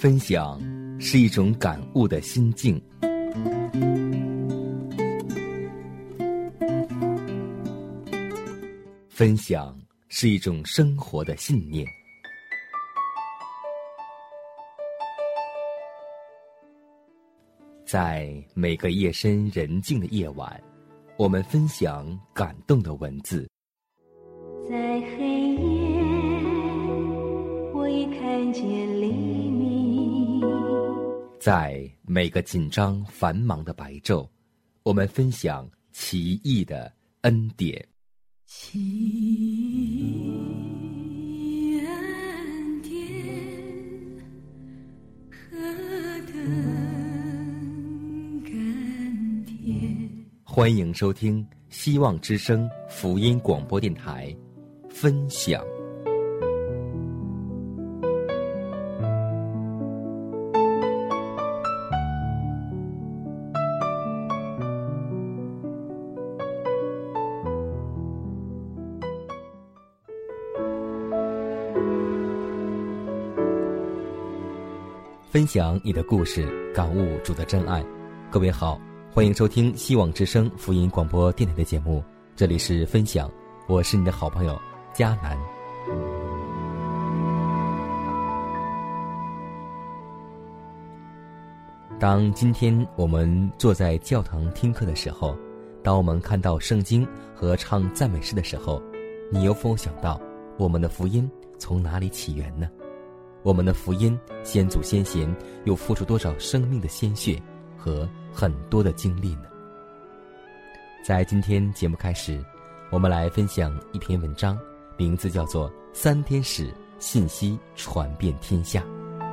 分享是一种感悟的心境，分享是一种生活的信念。在每个夜深人静的夜晚，我们分享感动的文字。 在黑夜，我已看见黎明。 在每个紧张繁忙的白昼，我们分享奇异的恩典。 奇异恩典，何等甘甜。 欢迎收听希望之声福音广播电台分享。分享你的故事，感悟主的真爱。各位好，欢迎收听希望之声福音广播电台的节目，这里是分享，我是你的好朋友佳南。当今天我们坐在教堂听课的时候，当我们看到圣经和唱赞美诗的时候，你有否想到我们的福音从哪里起源呢？我们的福音先祖先贤又付出多少生命的鲜血和很多的经历呢？在今天节目开始，我们来分享一篇文章，名字叫做《3天使信息传遍天下》。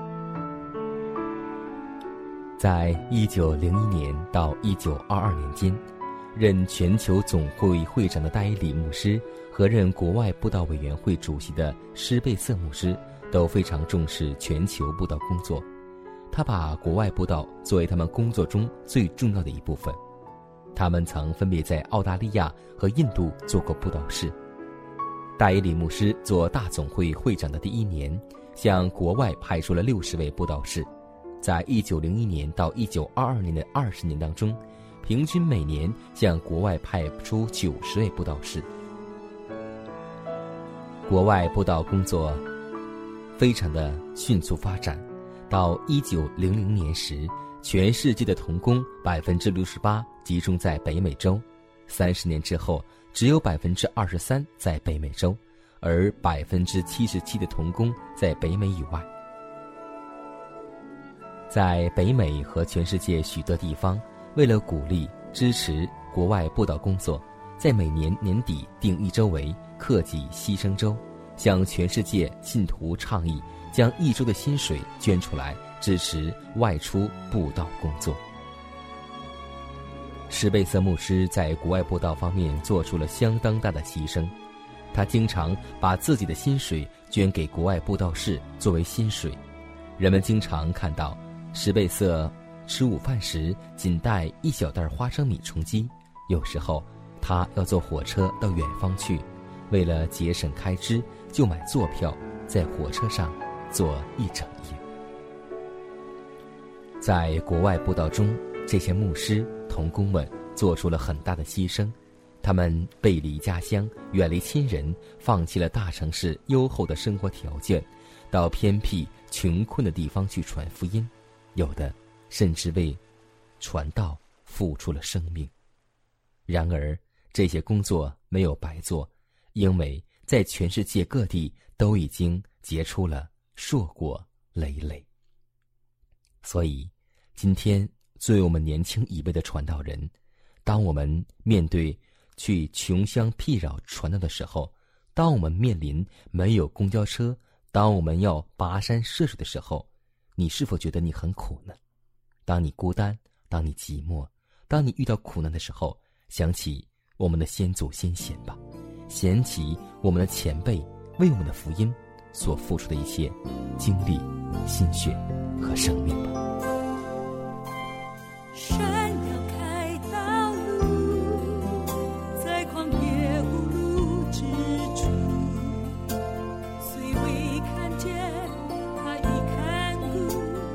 在1901年到1922年间，任全球总会会长的戴伊里牧师和任国外布道委员会主席的施贝瑟牧师都非常重视全球布道工作，他把国外布道作为他们工作中最重要的一部分。他们曾分别在澳大利亚和印度做过布道士。戴伊里牧师做大总会会长的第一年，向国外派出了60位布道士。在1901年到1922年的20年当中，平均每年向国外派出90位布道士。国外布道工作非常的迅速发展，到1900年时，全世界的童工68%集中在北美洲，30年之后，只有23%在北美洲，而77%的童工在北美以外。在北美和全世界许多地方，为了鼓励支持国外布道工作，在每年年底定一周为克己牺牲周，向全世界信徒倡议将一周的薪水捐出来支持外出布道工作。施贝瑟牧师在国外布道方面做出了相当大的牺牲，他经常把自己的薪水捐给国外布道士作为薪水。人们经常看到施贝瑟吃午饭时仅带一小袋花生米充饥，有时候他要坐火车到远方去，为了节省开支，就买坐票在火车上坐一整夜。在国外布道中，这些牧师同工们做出了很大的牺牲，他们背离家乡，远离亲人，放弃了大城市优厚的生活条件，到偏僻穷困的地方去传福音，有的甚至为传道付出了生命。然而这些工作没有白做，因为在全世界各地都已经结出了硕果累累。所以今天作为我们年轻一辈的传道人，当我们面对去穷乡僻壤传道的时候，当我们面临没有公交车，当我们要跋山涉水的时候，你是否觉得你很苦呢？当你孤单，当你寂寞，当你遇到苦难的时候，想起我们的先祖先贤吧，想起我们的前辈为我们的福音所付出的一些精力、心血和生命吧。 山要开道路，在旷野无路之处，虽未看见他已看顾，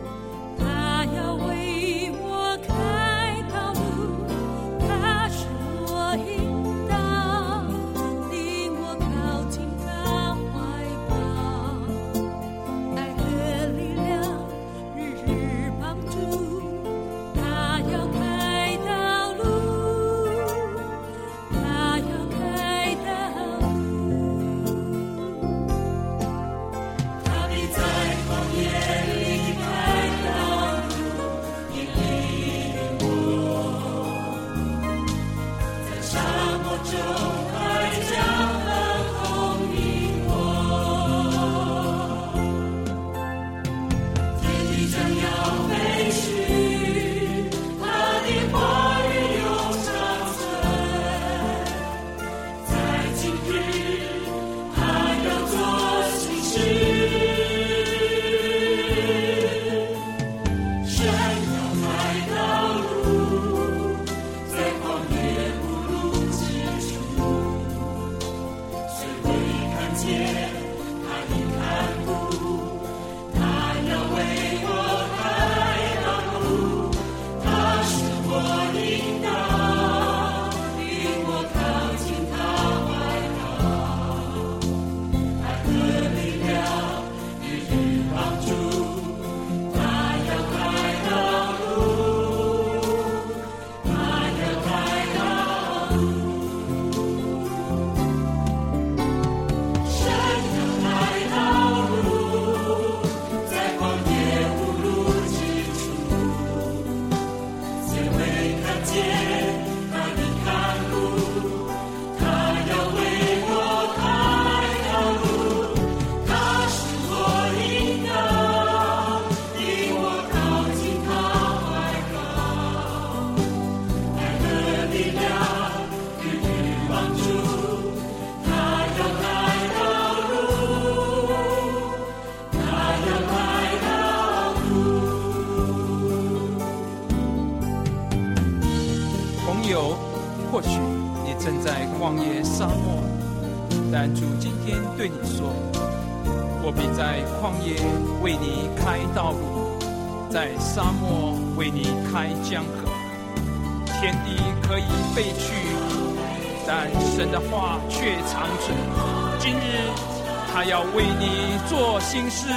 或许你正在旷野沙漠，但主今天对你说，我必在旷野为你开道路，在沙漠为你开江河。天地可以废去，但神的话却长存。今日他要为你做新事，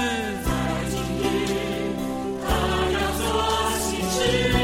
他要做新事。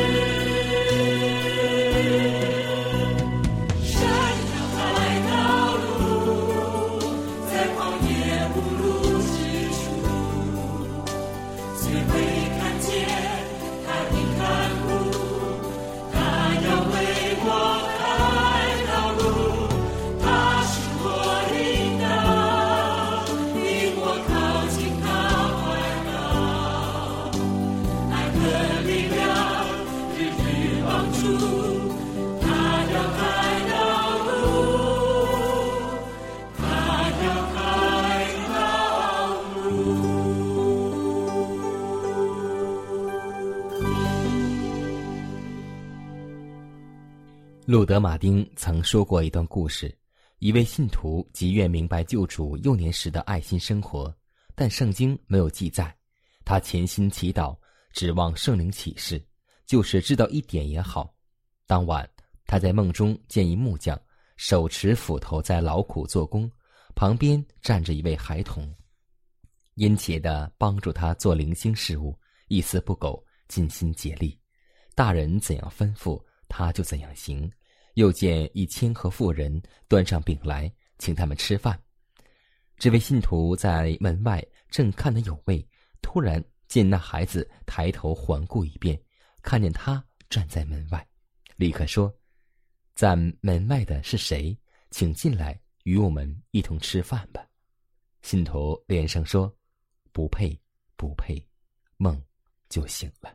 路德马丁曾说过一段故事，一位信徒极愿明白救主幼年时的爱心生活，但圣经没有记载。他潜心祈祷，指望圣灵启示，就是知道一点也好。当晚他在梦中见一木匠手持斧头在劳苦做工，旁边站着一位孩童，殷切地帮助他做零星事务，一丝不苟，尽心竭力。大人怎样吩咐他就怎样行。又见一谦和妇人端上饼来，请他们吃饭。这位信徒在门外正看得有味，突然见那孩子抬头环顾一遍，看见他站在门外，立刻说：站门外的是谁？请进来与我们一同吃饭吧。信徒连声说：不配，不配。梦就醒了。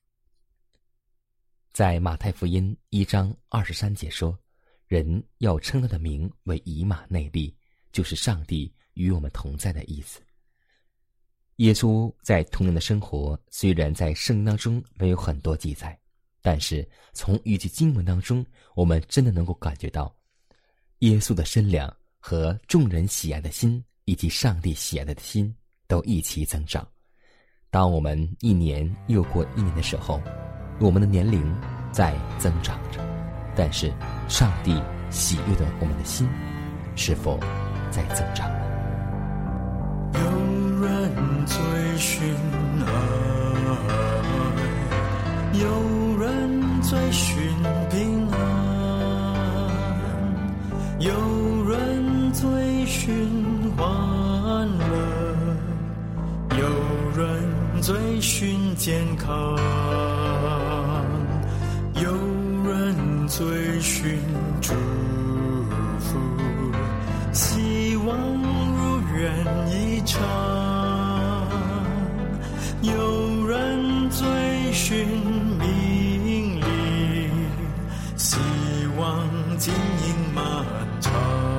在马太福音1章23节说，人要称他的名为以马内利，就是上帝与我们同在的意思。耶稣在童年的生活虽然在圣经当中没有很多记载，但是从一句经文当中，我们真的能够感觉到耶稣的身量和众人喜爱的心以及上帝喜爱的心都一起增长。当我们一年又过一年的时候，我们的年龄在增长着，但是上帝喜悦的我们的心是否在增长呢？ 有人追寻爱，有人追寻平安，有人追寻欢乐，有人追寻健康，有人追寻祝福，希望如愿以偿，有人追寻名利，希望经营漫长。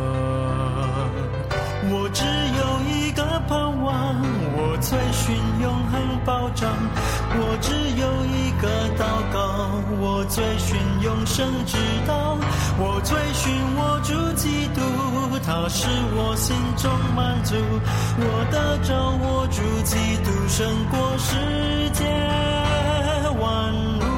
我只有一个盼望，我追寻永恒保障。我只有一个祷告，我追寻永生之道。我追寻我主基督，他使我心中满足。我得着我主基督，胜过世界万物。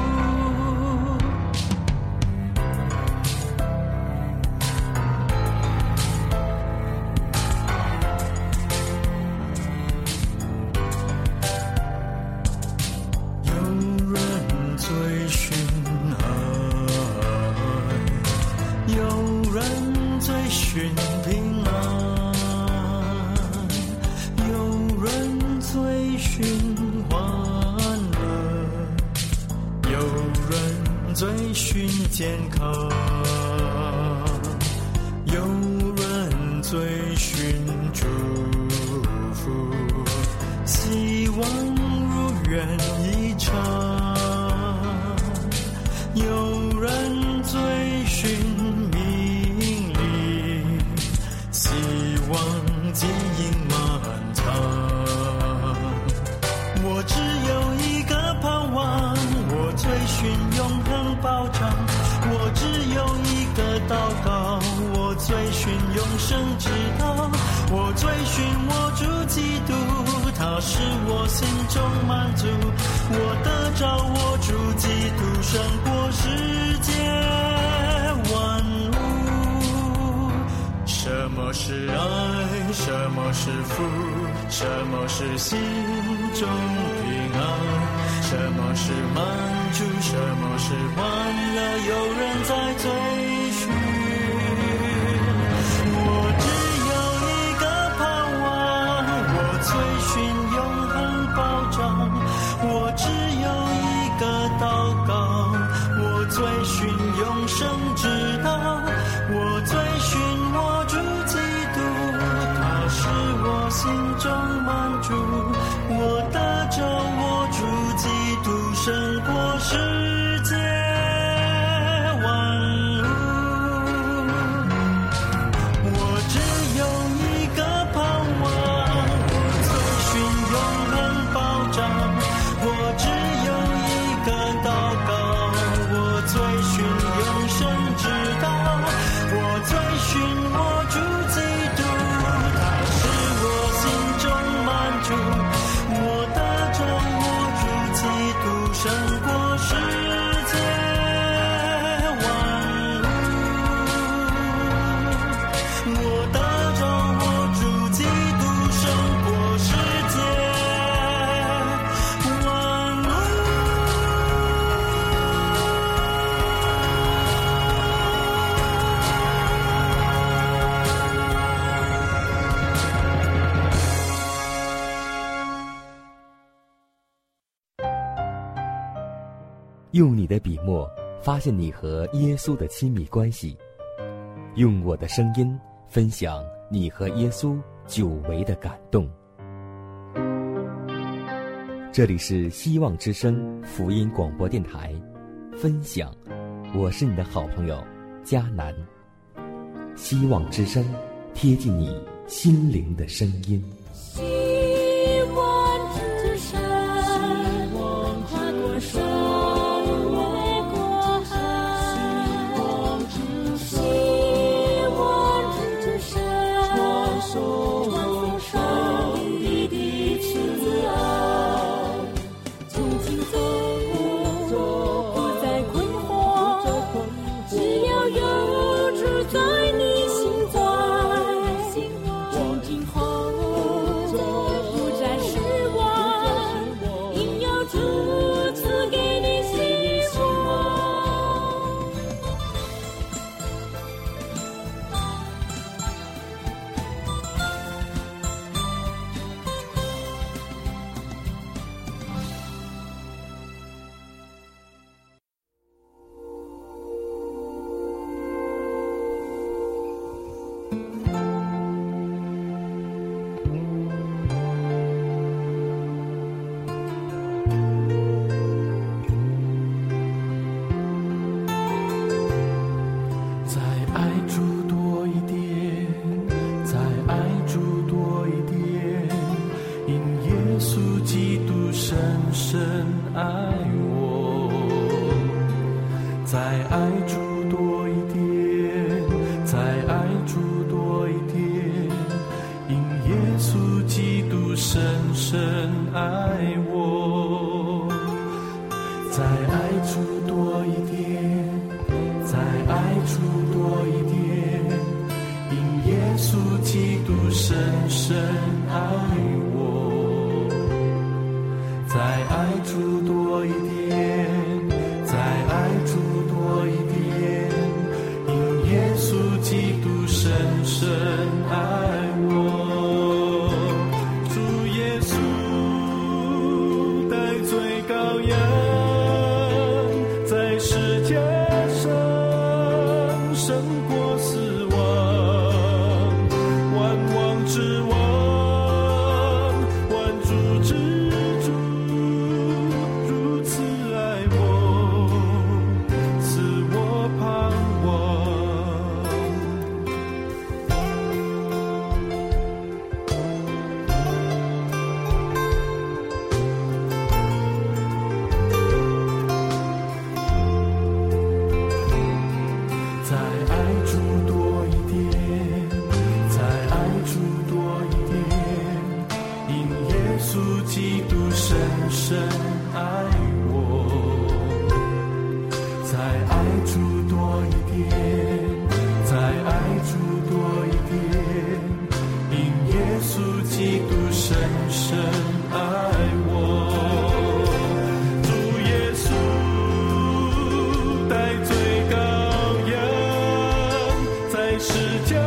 追寻健康，有人追寻祝福，希望如愿以偿，有人追寻名利，希望经营漫长。我只有一个盼望，我追寻永恒保障。我只有一个永生之道。我追寻我主基督，他使我心中满足。我得着我主基督，胜过世界万物。什么是爱？什么是福？什么是心中平安？什么是满足？什么是欢乐？有人在追寻。我只有一个盼望，我追寻永恒保障。我只有一个祷告，我追寻永生之道。我追寻我主基督，他使我心中满足。我得着我主基督，胜过世界万物。我只有一个盼望，我追寻永恒保障。我只有一个祷告，我追寻永生之道。我追寻我主基督，他使我心中满足。我得着我主基督，胜过世界万物。我得着我主基督，胜过世界万物。 用你的笔墨发现你和耶稣的亲密关系，用我的声音分享你和耶稣久违的感动。这里是希望之声福音广播电台，分享，我是你的好朋友迦南。希望之声，贴近你心灵的声音。 希望之声，跨过山越过海，希望之声，传送上帝的慈爱，从今走不再困惑，只要有主在你心在，从今后不再失望，因有主赐给你希望。 再爱主多一点，再爱主多一点，因耶稣基督深深爱我。再爱主多一点，再爱主多一点，因耶稣基督深深爱我。再爱主多一点，再爱主多一点，因耶稣基督深深爱我。再爱主多一点，再爱主多一点，因耶稣基督深深爱我。主耶稣代罪羔羊，在世界上胜过死亡，万王之王，万主之主，如此爱我，赐我盼望。 稣基督深深爱我，在爱处多一点，在爱处多一点，因耶稣基督深深爱我。主耶稣代罪羔羊，在十架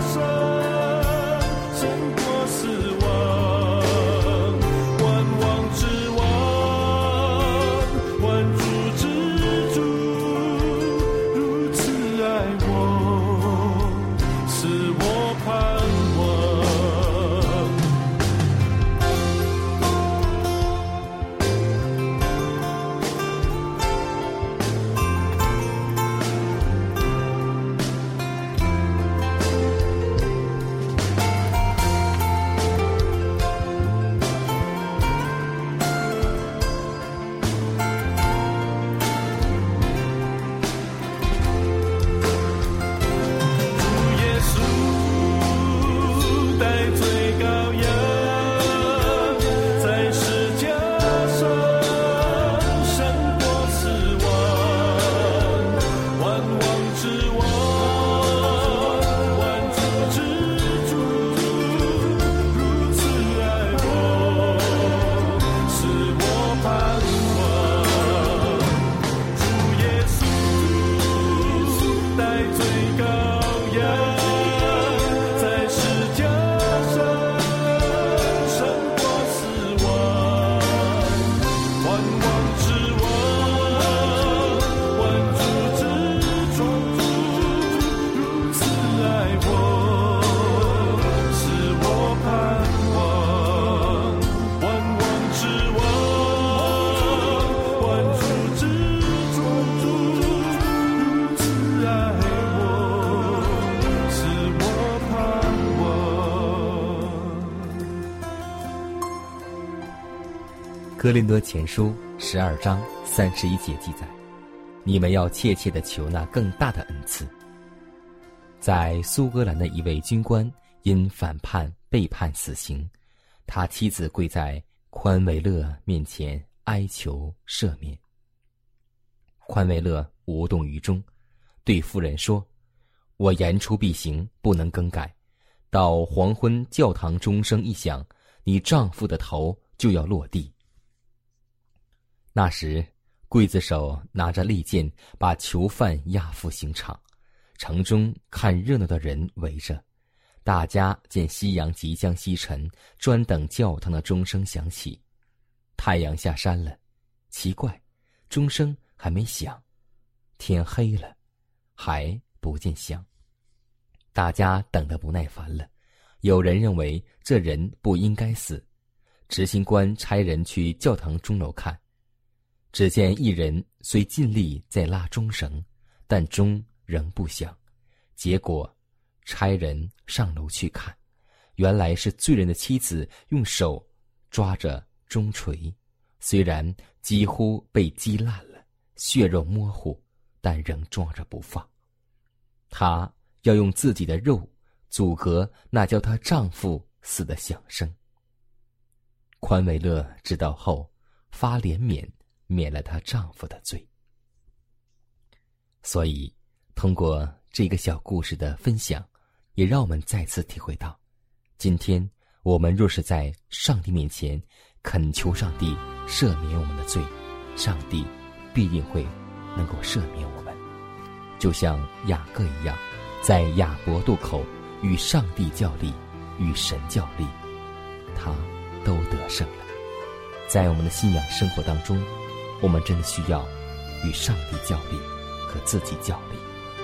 哥林多前书12章31节记载，你们要切切地求那更大的恩赐。在苏格兰的一位军官因反叛被判死刑，他妻子跪在宽维勒面前哀求赦免。宽维勒无动于衷，对夫人说，我言出必行，不能更改，到黄昏教堂钟声一响，你丈夫的头就要落地。那时刽子手拿着利剑把囚犯押赴刑场，城中看热闹的人围着，大家见夕阳即将西沉，专等教堂的钟声响起。太阳下山了，奇怪，钟声还没响，天黑了，还不见响。大家等得不耐烦了，有人认为这人不应该死，执行官差人去教堂钟楼看，只见一人虽尽力在拉钟绳，但钟仍不响。结果差人上楼去看，原来是罪人的妻子用手抓着钟锤，虽然几乎被击烂了，血肉模糊，但仍抓着不放。她要用自己的肉阻隔那叫她丈夫死的响声。宽维勒知道后发怜悯，免了她丈夫的罪。所以通过这个小故事的分享，也让我们再次体会到，今天我们若是在上帝面前恳求上帝赦免我们的罪，上帝必定会能够赦免我们。就像雅各一样，在雅博渡口与上帝较力，与神较力，他都得胜了。在我们的信仰生活当中，我们真的需要与上帝较力，和自己较力。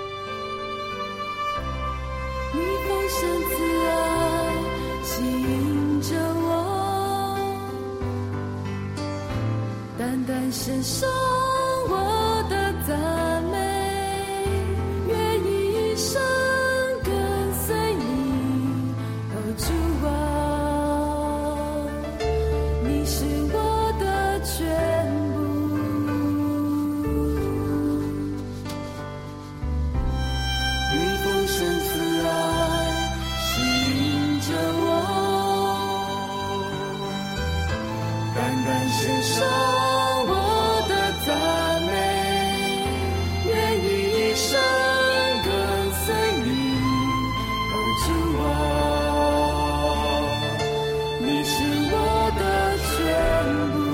你丰盛慈爱吸引着我，单单献上我的赞美，愿一生跟随你，哦主啊，你是我的全部。你丰盛慈爱吸引着我， 单献上我的赞美，愿意一生跟随你。主啊，你是我的全部。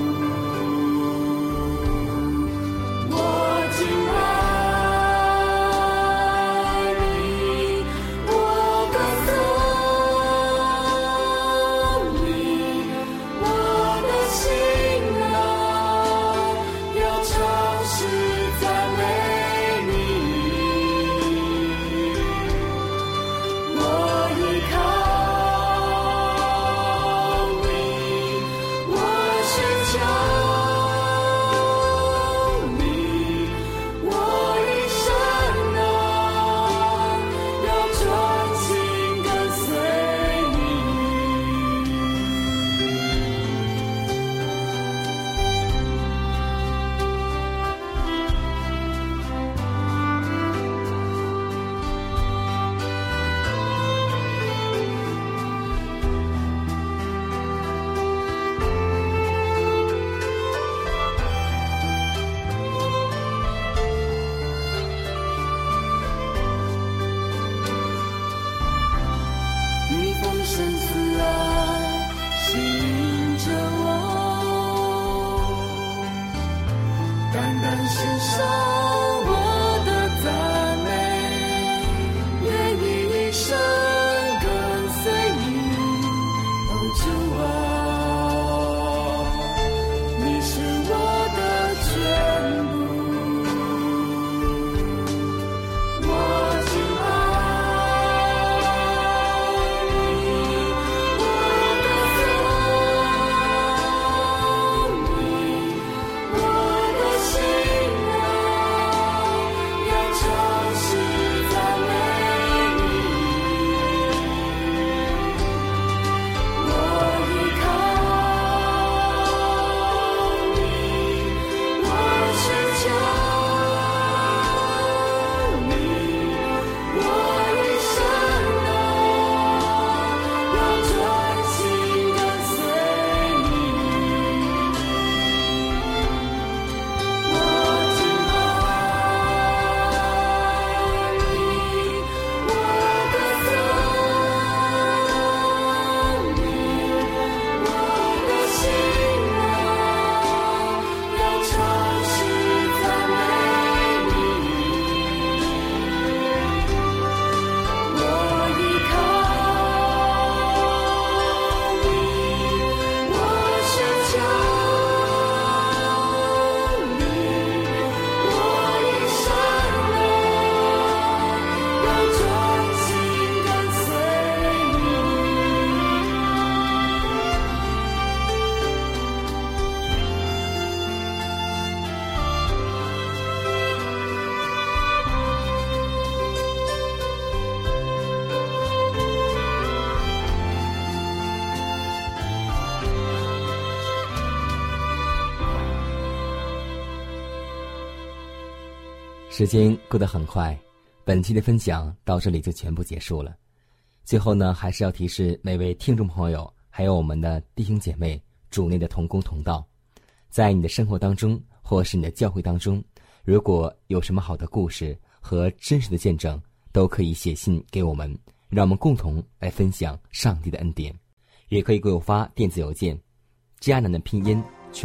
时间过得很快，本期的分享到这里就全部结束了。最后呢，还是要提示每位听众朋友，还有我们的弟兄姐妹，主内的同工同道，在你的生活当中，或是你的教会当中，如果有什么好的故事和真实的见证，都可以写信给我们，让我们共同来分享上帝的恩典。也可以给我发电子邮件，迦南的拼音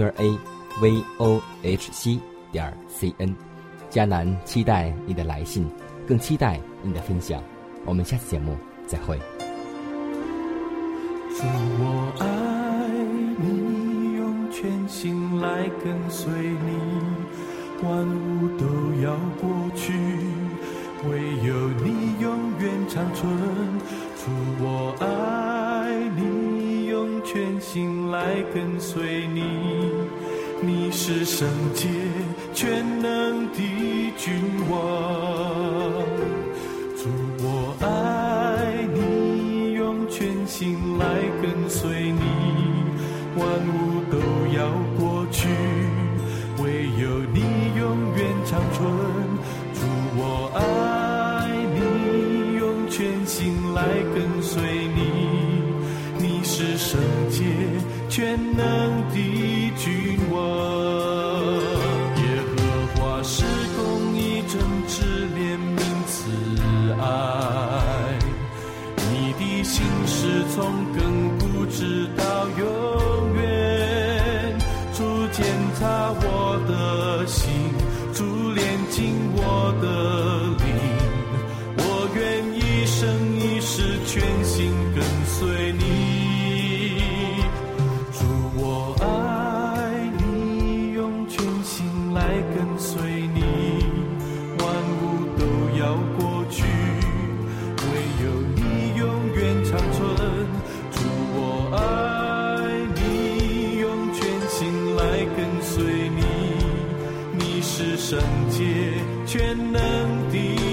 @vohc.cn。迦南期待你的来信，更期待你的分享。我们下次节目再会。 主，我爱你，用全心来跟随你，万物都要过去，唯有你永远长存。主，我爱你，用全心来跟随你，你是圣洁全能的君王。主，我爱你，用全心来跟随你，万物都要过去，唯有你永远长存。主，我爱你，用全心来跟随你，你是圣洁全能能的君王。耶和华是公义正直怜悯慈爱，你的心是从亘古直到永远。主检察我的心，主炼净我的灵，我愿一生一世全心跟随你。主，我爱你，用全心来跟随你，万物都要过去，唯有你永远长存。主，我爱你，用全心来跟随你，你是圣洁全能的